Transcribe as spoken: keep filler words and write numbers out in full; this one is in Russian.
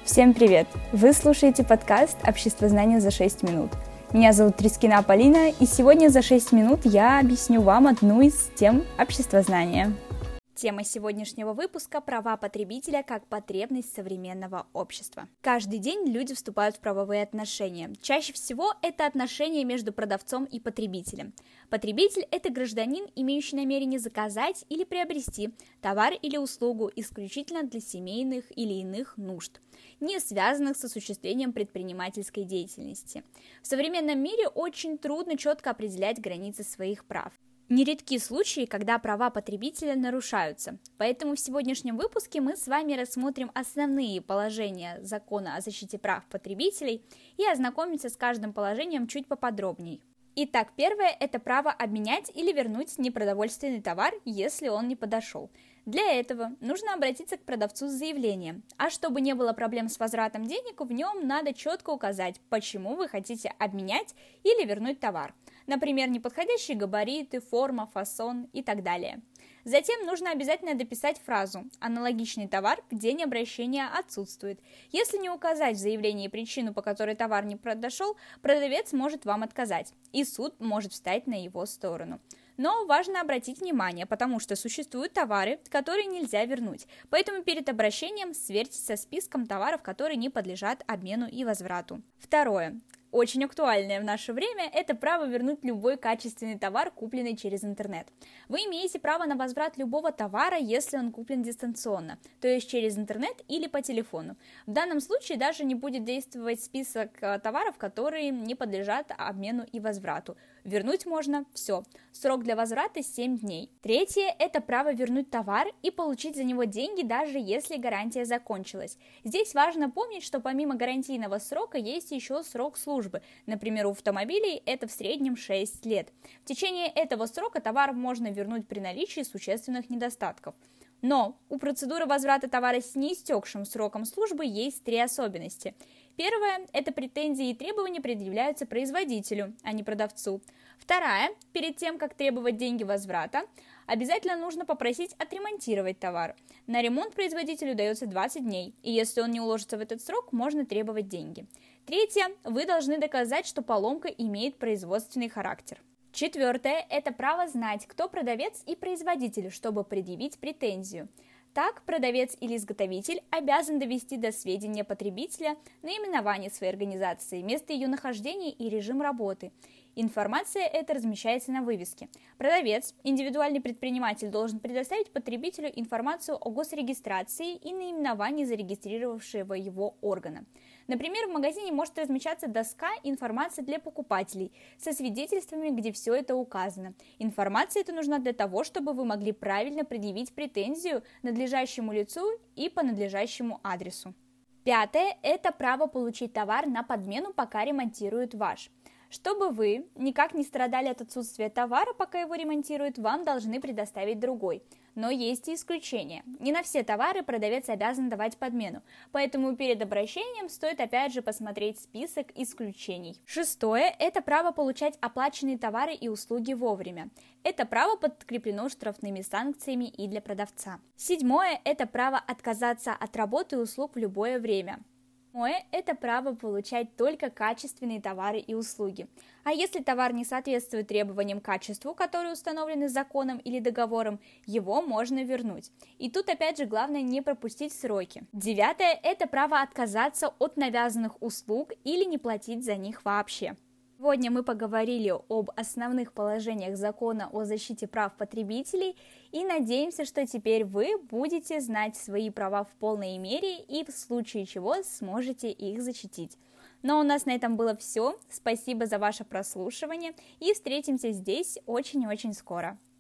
Всем привет! Вы слушаете подкаст «Обществознание за шесть минут». Меня зовут Трискина Полина, и сегодня за шесть минут я объясню вам одну из тем обществознания. Тема сегодняшнего выпуска – права потребителя как потребность современного общества. Каждый день люди вступают в правовые отношения. Чаще всего это отношения между продавцом и потребителем. Потребитель – это гражданин, имеющий намерение заказать или приобрести товар или услугу исключительно для семейных или иных нужд, не связанных с осуществлением предпринимательской деятельности. В современном мире очень трудно четко определять границы своих прав. Нередки случаи, когда права потребителя нарушаются, поэтому в сегодняшнем выпуске мы с вами рассмотрим основные положения Закона о защите прав потребителей и ознакомимся с каждым положением чуть поподробнее. Итак, первое – это право обменять или вернуть непродовольственный товар, если он не подошел. Для этого нужно обратиться к продавцу с заявлением, а чтобы не было проблем с возвратом денег, в нем надо четко указать, почему вы хотите обменять или вернуть товар. Например, неподходящие габариты, форма, фасон и так далее. Затем нужно обязательно дописать фразу «аналогичный товар, в день обращения отсутствует». Если не указать в заявлении причину, по которой товар не подошел, продавец может вам отказать, и суд может встать на его сторону. Но важно обратить внимание, потому что существуют товары, которые нельзя вернуть, поэтому перед обращением сверьтесь со списком товаров, которые не подлежат обмену и возврату. Второе. Очень актуальное в наше время – это право вернуть любой качественный товар, купленный через интернет. Вы имеете право на возврат любого товара, если он куплен дистанционно, то есть через интернет или по телефону. В данном случае даже не будет действовать список товаров, которые не подлежат обмену и возврату. Вернуть можно все. Срок для возврата семь дней. Третье – это право вернуть товар и получить за него деньги, даже если гарантия закончилась. Здесь важно помнить, что помимо гарантийного срока есть еще срок службы. Например, у автомобилей это в среднем шесть лет. В течение этого срока товар можно вернуть при наличии существенных недостатков. Но у процедуры возврата товара с неистекшим сроком службы есть три особенности. Первое – это претензии и требования предъявляются производителю, а не продавцу. Вторая – перед тем, как требовать деньги возврата, обязательно нужно попросить отремонтировать товар. На ремонт производителю дается двадцать дней, и если он не уложится в этот срок, можно требовать деньги. Третье – вы должны доказать, что поломка имеет производственный характер. Четвертое – это право знать, кто продавец и производитель, чтобы предъявить претензию. Так, продавец или изготовитель обязан довести до сведения потребителя наименование своей организации, место ее нахождения и режим работы. Информация эта размещается на вывеске. Продавец, индивидуальный предприниматель, должен предоставить потребителю информацию о госрегистрации и наименовании зарегистрировавшего его органа. Например, в магазине может размещаться доска информации для покупателей со свидетельствами, где все это указано. Информация эта нужна для того, чтобы вы могли правильно предъявить претензию надлежащему лицу и по надлежащему адресу. Пятое – это право получить товар на подмену, пока ремонтируют ваш. Чтобы вы никак не страдали от отсутствия товара, пока его ремонтируют, вам должны предоставить другой. Но есть и исключения. Не на все товары продавец обязан давать подмену, поэтому перед обращением стоит опять же посмотреть список исключений. Шестое – это право получать оплаченные товары и услуги вовремя. Это право подкреплено штрафными санкциями и для продавца. Седьмое – это право отказаться от работы и услуг в любое время. Седьмое – это право получать только качественные товары и услуги. А если товар не соответствует требованиям к качеству, которые установлены законом или договором, его можно вернуть. И тут опять же главное не пропустить сроки. Девятое – это право отказаться от навязанных услуг или не платить за них вообще. Сегодня мы поговорили об основных положениях Закона о защите прав потребителей и надеемся, что теперь вы будете знать свои права в полной мере и в случае чего сможете их защитить. Но у нас на этом было все. Спасибо за ваше прослушивание и встретимся здесь очень-очень скоро.